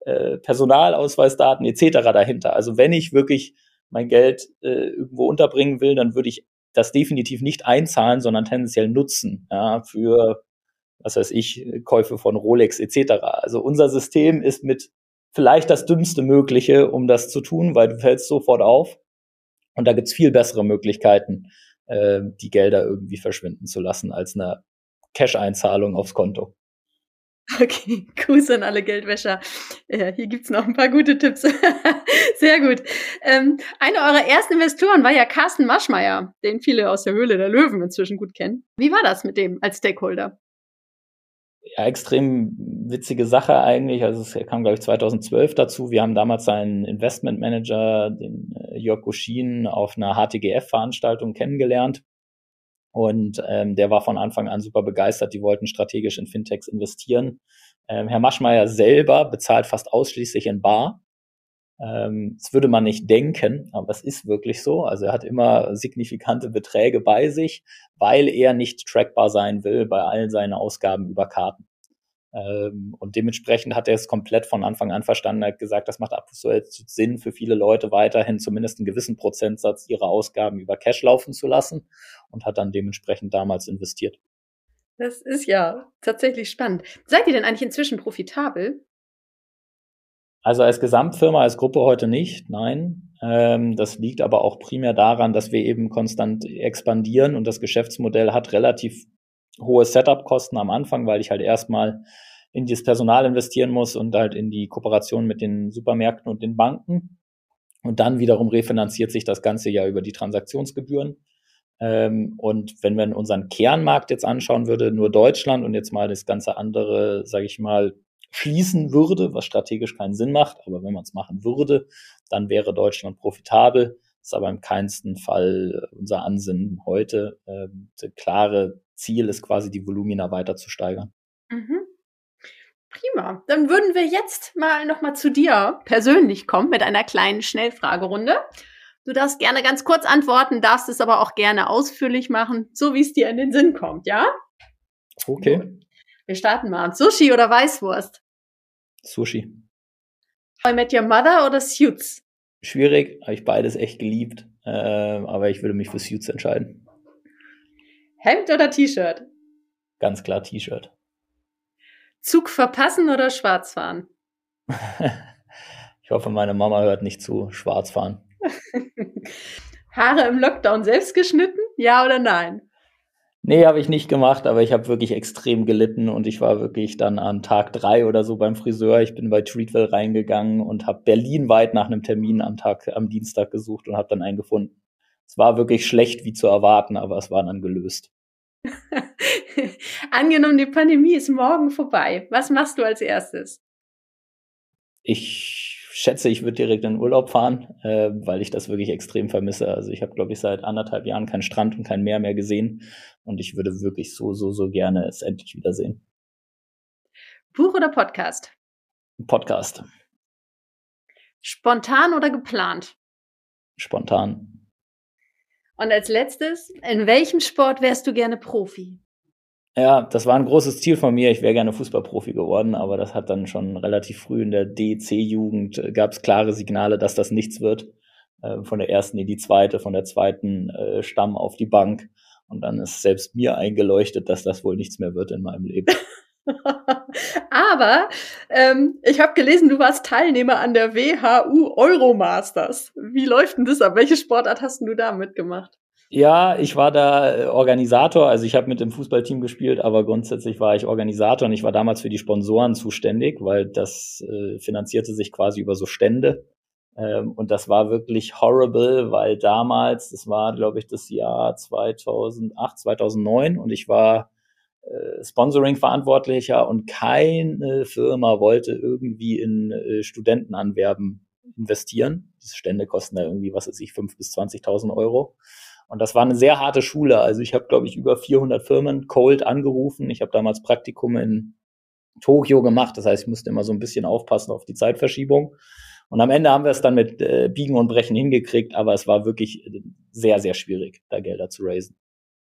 Personalausweisdaten etc. dahinter. Also wenn ich wirklich mein Geld irgendwo unterbringen will, dann würde ich das definitiv nicht einzahlen, sondern tendenziell nutzen, ja, für, was weiß ich, Käufe von Rolex etc. Also unser System ist mit vielleicht das Dümmste Mögliche, um das zu tun, weil du fällst sofort auf. Und da gibt's viel bessere Möglichkeiten, die Gelder irgendwie verschwinden zu lassen, als eine Cash-Einzahlung aufs Konto. Okay, Grüße an alle Geldwäscher. Hier gibt's noch ein paar gute Tipps. Sehr gut. Einer eurer ersten Investoren war ja Carsten Maschmeyer, den viele aus der Höhle der Löwen inzwischen gut kennen. Wie war das mit dem als Stakeholder? Ja, extrem witzige Sache eigentlich. Also es kam, glaube ich, 2012 dazu. Wir haben damals seinen Investmentmanager, den Jörg Guschin, auf einer HTGF-Veranstaltung kennengelernt. Und der war von Anfang an super begeistert. Die wollten strategisch in Fintechs investieren. Herr Maschmeyer selber bezahlt fast ausschließlich in bar. Das würde man nicht denken, aber es ist wirklich so. Also er hat immer signifikante Beträge bei sich, weil er nicht trackbar sein will bei allen seinen Ausgaben über Karten. Und dementsprechend hat er es komplett von Anfang an verstanden. Er hat gesagt, das macht absolut Sinn für viele Leute weiterhin zumindest einen gewissen Prozentsatz ihrer Ausgaben über Cash laufen zu lassen und hat dann dementsprechend damals investiert. Das ist ja tatsächlich spannend. Seid ihr denn eigentlich inzwischen profitabel? Also als Gesamtfirma, als Gruppe heute nicht, nein. Das liegt aber auch primär daran, dass wir eben konstant expandieren und das Geschäftsmodell hat relativ hohe Setup-Kosten am Anfang, weil ich halt erstmal in das Personal investieren muss und halt in die Kooperation mit den Supermärkten und den Banken. Und dann wiederum refinanziert sich das Ganze ja über die Transaktionsgebühren. Und wenn man unseren Kernmarkt jetzt anschauen würde, nur Deutschland und jetzt mal das ganze andere, sage ich mal, schließen würde, was strategisch keinen Sinn macht, aber wenn man es machen würde, dann wäre Deutschland profitabel. Das ist aber im keinsten Fall unser Ansinnen heute. Das klare Ziel ist quasi, die Volumina weiter zu steigern. Mhm. Prima. Dann würden wir jetzt nochmal zu dir persönlich kommen mit einer kleinen Schnellfragerunde. Du darfst gerne ganz kurz antworten, darfst es aber auch gerne ausführlich machen, so wie es dir in den Sinn kommt, ja? Okay. Gut. Wir starten mal. Sushi oder Weißwurst? Sushi. How I Met Your Mother oder Suits? Schwierig, habe ich beides echt geliebt, aber ich würde mich für Suits entscheiden. Hemd oder T-Shirt? Ganz klar T-Shirt. Zug verpassen oder schwarz fahren? Ich hoffe, meine Mama hört nicht zu. Schwarz fahren. Haare im Lockdown selbst geschnitten? Ja oder nein? Nee, habe ich nicht gemacht, aber ich habe wirklich extrem gelitten und ich war wirklich dann an Tag 3 oder so beim Friseur. Ich bin bei Treatwell reingegangen und habe berlinweit nach einem Termin am Dienstag gesucht und habe dann einen gefunden. Es war wirklich schlecht, wie zu erwarten, aber es war dann gelöst. Angenommen, die Pandemie ist morgen vorbei. Was machst du als erstes? Ich schätze, ich würde direkt in den Urlaub fahren, weil ich das wirklich extrem vermisse. Also ich habe, glaube ich, seit 1,5 Jahren keinen Strand und kein Meer mehr gesehen. Und ich würde wirklich so gerne es endlich wiedersehen. Buch oder Podcast? Podcast. Spontan oder geplant? Spontan. Und als letztes, in welchem Sport wärst du gerne Profi? Ja, das war ein großes Ziel von mir. Ich wäre gerne Fußballprofi geworden, aber das hat dann schon relativ früh in der D-C-Jugend gab es klare Signale, dass das nichts wird. Von der ersten in die zweite, von der zweiten Stamm auf die Bank. Und dann ist selbst mir eingeleuchtet, dass das wohl nichts mehr wird in meinem Leben. Aber ich habe gelesen, du warst Teilnehmer an der WHU Euromasters. Wie läuft denn das ab? Welche Sportart hast du da mitgemacht? Ja, ich war da Organisator, also ich habe mit dem Fußballteam gespielt, aber grundsätzlich war ich Organisator und ich war damals für die Sponsoren zuständig, weil das finanzierte sich quasi über so Stände. Und das war wirklich horrible, weil damals, das war, glaube ich, das Jahr 2008, 2009 und ich war Sponsoring-Verantwortlicher und keine Firma wollte irgendwie in Studentenanwerben investieren. Diese Stände kosten da irgendwie, was weiß ich, 5.000 bis 20.000 Euro. Und das war eine sehr harte Schule. Also ich habe, glaube ich, über 400 Firmen cold angerufen. Ich habe damals Praktikum in Tokio gemacht. Das heißt, ich musste immer so ein bisschen aufpassen auf die Zeitverschiebung. Und am Ende haben wir es dann mit Biegen und Brechen hingekriegt. Aber es war wirklich sehr, sehr schwierig, da Gelder zu raisen.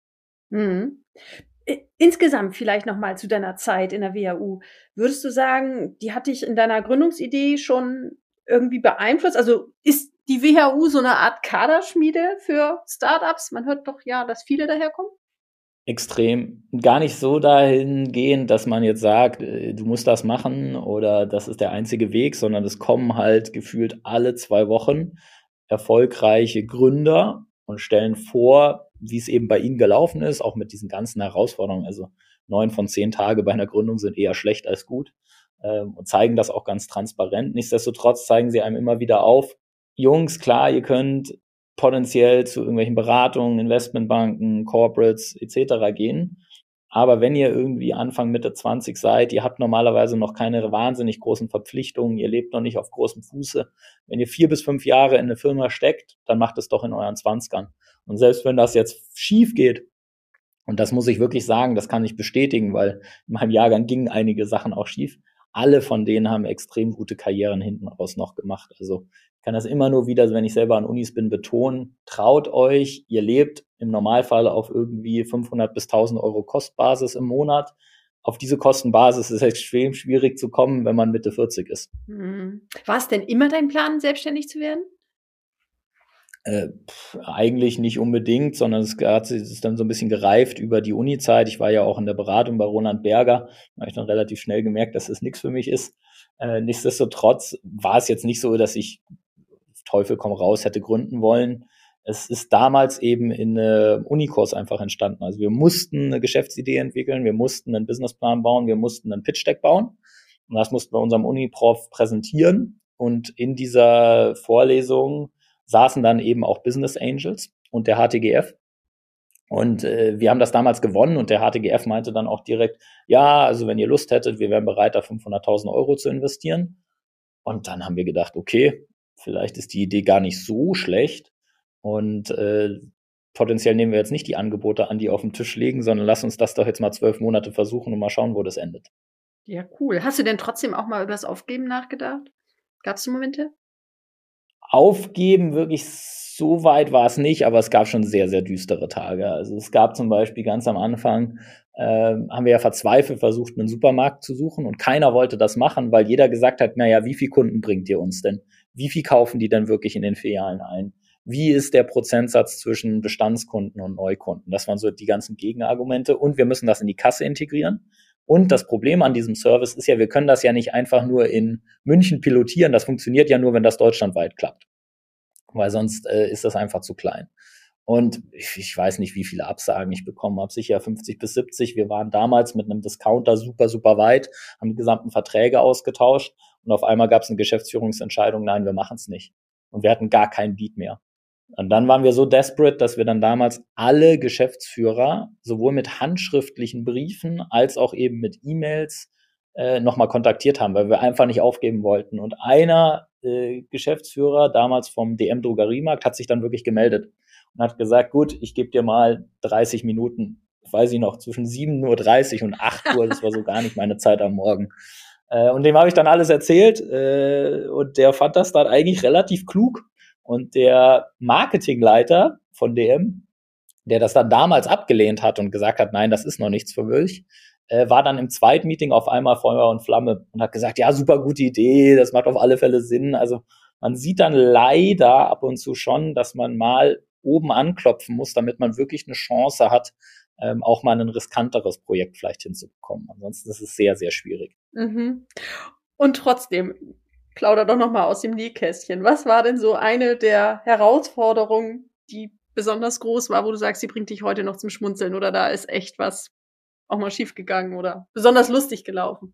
Mhm. Insgesamt vielleicht nochmal zu deiner Zeit in der WHU. Würdest du sagen, die hat dich in deiner Gründungsidee schon irgendwie beeinflusst? Also ist die WHU so eine Art Kaderschmiede für Startups? Man hört doch ja, dass viele daherkommen. Extrem. Gar nicht so dahingehend, dass man jetzt sagt, du musst das machen oder das ist der einzige Weg, sondern es kommen halt gefühlt alle 2 Wochen erfolgreiche Gründer und stellen vor, wie es eben bei ihnen gelaufen ist, auch mit diesen ganzen Herausforderungen. Also 9 von 10 Tage bei einer Gründung sind eher schlecht als gut und zeigen das auch ganz transparent. Nichtsdestotrotz zeigen sie einem immer wieder auf, Jungs, klar, ihr könnt potenziell zu irgendwelchen Beratungen, Investmentbanken, Corporates etc. gehen. Aber wenn ihr irgendwie Anfang, Mitte 20 seid, ihr habt normalerweise noch keine wahnsinnig großen Verpflichtungen, ihr lebt noch nicht auf großem Fuße. Wenn ihr 4 bis 5 Jahre in eine Firma steckt, dann macht es doch in euren 20ern. Und selbst wenn das jetzt schief geht, und das muss ich wirklich sagen, das kann ich bestätigen, weil in meinem Jahrgang gingen einige Sachen auch schief. Alle von denen haben extrem gute Karrieren hinten raus noch gemacht. Also ich kann das immer nur wieder, wenn ich selber an Unis bin, betonen. Traut euch, ihr lebt im Normalfall auf irgendwie 500 bis 1.000 Euro Kostbasis im Monat. Auf diese Kostenbasis ist es extrem schwierig zu kommen, wenn man Mitte 40 ist. War es denn immer dein Plan, selbstständig zu werden? Eigentlich nicht unbedingt, sondern es ist dann so ein bisschen gereift über die Uni-Zeit. Ich war ja auch in der Beratung bei Roland Berger. Da habe ich dann relativ schnell gemerkt, dass das nichts für mich ist. Nichtsdestotrotz war es jetzt nicht so, dass ich Teufel komm raus hätte gründen wollen. Es ist damals eben in Unikurs einfach entstanden. Also wir mussten eine Geschäftsidee entwickeln, wir mussten einen Businessplan bauen, wir mussten einen Pitch-Deck bauen. Und das mussten wir unserem Uniprof präsentieren. Und in dieser Vorlesung saßen dann eben auch Business Angels und der HTGF. Und wir haben das damals gewonnen und der HTGF meinte dann auch direkt, ja, also wenn ihr Lust hättet, wir wären bereit, da 500.000 Euro zu investieren. Und dann haben wir gedacht, okay, vielleicht ist die Idee gar nicht so schlecht. Und potenziell nehmen wir jetzt nicht die Angebote an, die auf dem Tisch liegen, sondern lass uns das doch jetzt mal 12 Monate versuchen und mal schauen, wo das endet. Ja, cool. Hast du denn trotzdem auch mal über das Aufgeben nachgedacht? Gab es Momente? Aufgeben, wirklich so weit war es nicht, aber es gab schon sehr, sehr düstere Tage. Also es gab zum Beispiel ganz am Anfang, haben wir ja verzweifelt versucht, einen Supermarkt zu suchen und keiner wollte das machen, weil jeder gesagt hat, naja, wie viel Kunden bringt ihr uns denn? Wie viel kaufen die denn wirklich in den Filialen ein? Wie ist der Prozentsatz zwischen Bestandskunden und Neukunden? Das waren so die ganzen Gegenargumente und wir müssen das in die Kasse integrieren. Und das Problem an diesem Service ist ja, wir können das ja nicht einfach nur in München pilotieren. Das funktioniert ja nur, wenn das deutschlandweit klappt. Weil sonst ist das einfach zu klein. Und ich weiß nicht, wie viele Absagen ich bekommen habe. Sicher 50 bis 70. Wir waren damals mit einem Discounter super, super weit, haben die gesamten Verträge ausgetauscht. Und auf einmal gab es eine Geschäftsführungsentscheidung, nein, wir machen es nicht. Und wir hatten gar keinen Beat mehr. Und dann waren wir so desperate, dass wir dann damals alle Geschäftsführer sowohl mit handschriftlichen Briefen als auch eben mit E-Mails nochmal kontaktiert haben, weil wir einfach nicht aufgeben wollten. Und einer Geschäftsführer damals vom DM Drogeriemarkt hat sich dann wirklich gemeldet und hat gesagt, gut, ich gebe dir mal 30 Minuten, weiß ich noch, zwischen 7:30 Uhr und 8 Uhr, das war so gar nicht meine Zeit am Morgen. Und dem habe ich dann alles erzählt und der fand das dann eigentlich relativ klug. Und der Marketingleiter von DM, der das dann damals abgelehnt hat und gesagt hat, nein, das ist noch nichts für mich, war dann im Zweitmeeting auf einmal Feuer und Flamme und hat gesagt, ja, super gute Idee, das macht auf alle Fälle Sinn. Also man sieht dann leider ab und zu schon, dass man mal oben anklopfen muss, damit man wirklich eine Chance hat, auch mal ein riskanteres Projekt vielleicht hinzubekommen. Ansonsten ist es sehr, sehr schwierig. Mhm. Und trotzdem, plauder doch noch mal aus dem Nähkästchen. Was war denn so eine der Herausforderungen, die besonders groß war, wo du sagst, die bringt dich heute noch zum Schmunzeln oder da ist echt was auch mal schief gegangen oder besonders lustig gelaufen?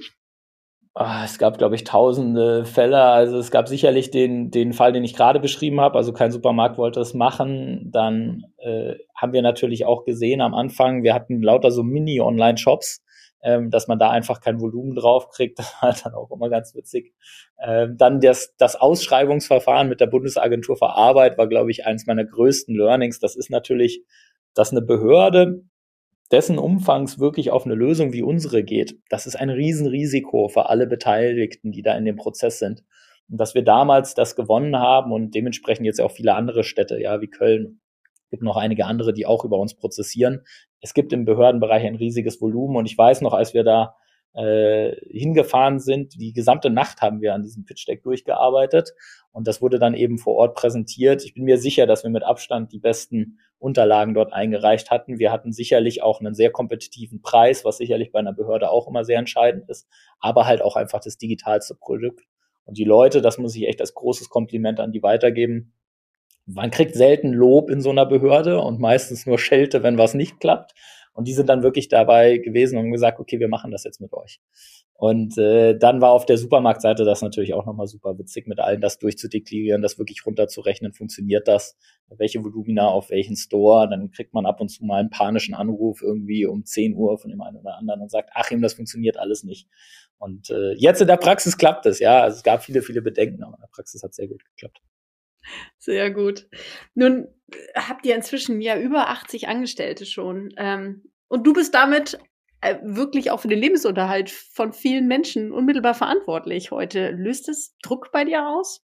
Es gab, glaube ich, tausende Fälle. Also es gab sicherlich den Fall, den ich gerade beschrieben habe. Also kein Supermarkt wollte es machen. Dann haben wir natürlich auch gesehen am Anfang, wir hatten lauter so Mini-Online-Shops, dass man da einfach kein Volumen drauf kriegt. Das war dann auch immer ganz witzig. Dann das Ausschreibungsverfahren mit der Bundesagentur für Arbeit war, glaube ich, eines meiner größten Learnings. Das ist natürlich, dass eine Behörde dessen Umfangs wirklich auf eine Lösung wie unsere geht, das ist ein Riesenrisiko für alle Beteiligten, die da in dem Prozess sind. Und dass wir damals das gewonnen haben und dementsprechend jetzt auch viele andere Städte, ja, wie Köln, gibt noch einige andere, die auch über uns prozessieren. Es gibt im Behördenbereich ein riesiges Volumen und ich weiß noch, als wir da hingefahren sind, die gesamte Nacht haben wir an diesem Pitch-Deck durchgearbeitet und das wurde dann eben vor Ort präsentiert. Ich bin mir sicher, dass wir mit Abstand die besten Unterlagen dort eingereicht hatten. Wir hatten sicherlich auch einen sehr kompetitiven Preis, was sicherlich bei einer Behörde auch immer sehr entscheidend ist, aber halt auch einfach das digitalste Produkt. Und die Leute, das muss ich echt als großes Kompliment an die weitergeben. Man kriegt selten Lob in so einer Behörde und meistens nur Schelte, wenn was nicht klappt. Und die sind dann wirklich dabei gewesen und haben gesagt, okay, wir machen das jetzt mit euch. Und dann war auf der Supermarktseite das natürlich auch nochmal super witzig, mit allen das durchzudeklarieren, das wirklich runterzurechnen, funktioniert das, welche Volumina auf welchen Store. Dann kriegt man ab und zu mal einen panischen Anruf irgendwie um 10 Uhr von dem einen oder anderen und sagt, Achim, das funktioniert alles nicht. Und jetzt in der Praxis klappt es, ja. Also es gab viele, viele Bedenken, aber in der Praxis hat es sehr gut geklappt. Sehr gut. Nun habt ihr inzwischen ja über 80 Angestellte schon. Und du bist damit wirklich auch für den Lebensunterhalt von vielen Menschen unmittelbar verantwortlich heute. Löst es Druck bei dir aus?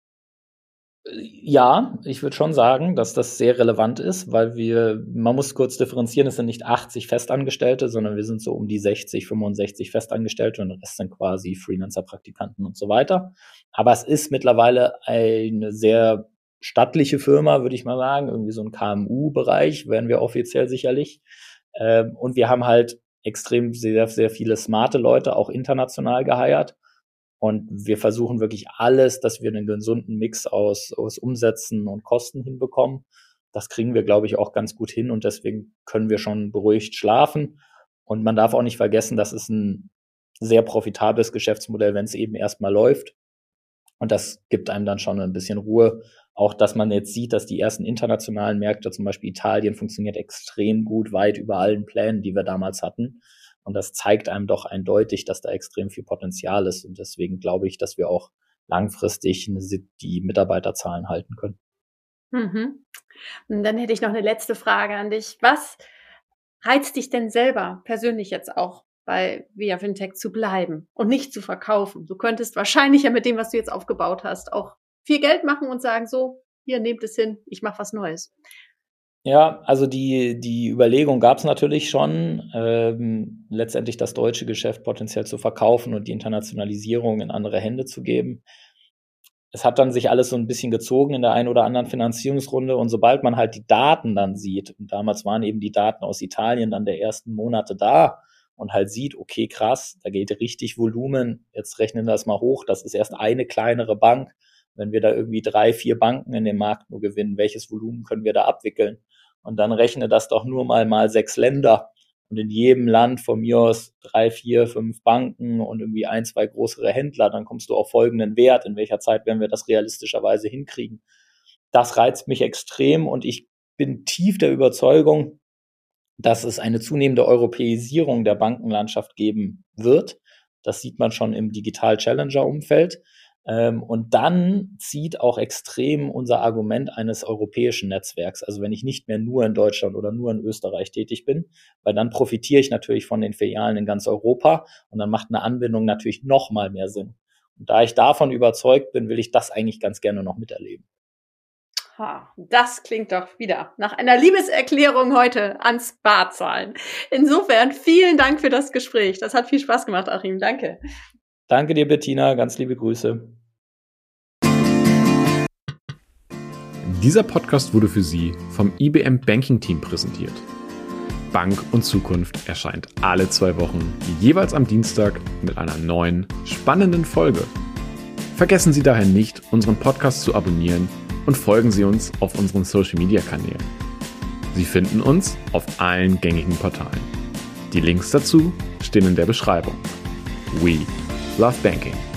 Ja, ich würde schon sagen, dass das sehr relevant ist, weil man muss kurz differenzieren, es sind nicht 80 Festangestellte, sondern wir sind so um die 60, 65 Festangestellte und der Rest sind quasi Freelancer, Praktikanten und so weiter. Aber es ist mittlerweile eine sehr stattliche Firma, würde ich mal sagen, irgendwie so ein KMU-Bereich, werden wir offiziell sicherlich. Und wir haben halt extrem sehr, sehr viele smarte Leute, auch international geheiert. Und wir versuchen wirklich alles, dass wir einen gesunden Mix aus Umsätzen und Kosten hinbekommen. Das kriegen wir, glaube ich, auch ganz gut hin und deswegen können wir schon beruhigt schlafen. Und man darf auch nicht vergessen, das ist ein sehr profitables Geschäftsmodell, wenn es eben erstmal läuft. Und das gibt einem dann schon ein bisschen Ruhe. Auch, dass man jetzt sieht, dass die ersten internationalen Märkte, zum Beispiel Italien, funktioniert extrem gut, weit über allen Plänen, die wir damals hatten. Und das zeigt einem doch eindeutig, dass da extrem viel Potenzial ist. Und deswegen glaube ich, dass wir auch langfristig die Mitarbeiterzahlen halten können. Mhm. Und dann hätte ich noch eine letzte Frage an dich. Was reizt dich denn selber persönlich jetzt auch bei viafintech zu bleiben und nicht zu verkaufen? Du könntest wahrscheinlich ja mit dem, was du jetzt aufgebaut hast, auch viel Geld machen und sagen, so, hier, nehmt es hin, ich mache was Neues. Ja, also die Überlegung gab es natürlich schon, letztendlich das deutsche Geschäft potenziell zu verkaufen und die Internationalisierung in andere Hände zu geben. Es hat dann sich alles so ein bisschen gezogen in der einen oder anderen Finanzierungsrunde und sobald man halt die Daten dann sieht, und damals waren eben die Daten aus Italien dann der ersten Monate da und halt sieht, okay, krass, da geht richtig Volumen, jetzt rechnen wir das mal hoch, das ist erst eine kleinere Bank. Wenn wir da irgendwie 3, 4 Banken in dem Markt nur gewinnen, welches Volumen können wir da abwickeln? Und dann rechne das doch nur mal 6 Länder. Und in jedem Land von mir aus 3, 4, 5 Banken und irgendwie 1, 2 größere Händler, dann kommst du auf folgenden Wert. In welcher Zeit werden wir das realistischerweise hinkriegen? Das reizt mich extrem und ich bin tief der Überzeugung, dass es eine zunehmende Europäisierung der Bankenlandschaft geben wird. Das sieht man schon im Digital-Challenger-Umfeld. Und dann zieht auch extrem unser Argument eines europäischen Netzwerks. Also wenn ich nicht mehr nur in Deutschland oder nur in Österreich tätig bin, weil dann profitiere ich natürlich von den Filialen in ganz Europa und dann macht eine Anbindung natürlich noch mal mehr Sinn. Und da ich davon überzeugt bin, will ich das eigentlich ganz gerne noch miterleben. Das klingt doch wieder nach einer Liebeserklärung heute ans Barzahlen. Insofern vielen Dank für das Gespräch. Das hat viel Spaß gemacht, Achim. Danke. Danke dir, Bettina. Ganz liebe Grüße. Dieser Podcast wurde für Sie vom IBM Banking Team präsentiert. Bank und Zukunft erscheint alle 2 Wochen, jeweils am Dienstag mit einer neuen, spannenden Folge. Vergessen Sie daher nicht, unseren Podcast zu abonnieren und folgen Sie uns auf unseren Social-Media-Kanälen. Sie finden uns auf allen gängigen Portalen. Die Links dazu stehen in der Beschreibung. We love banking.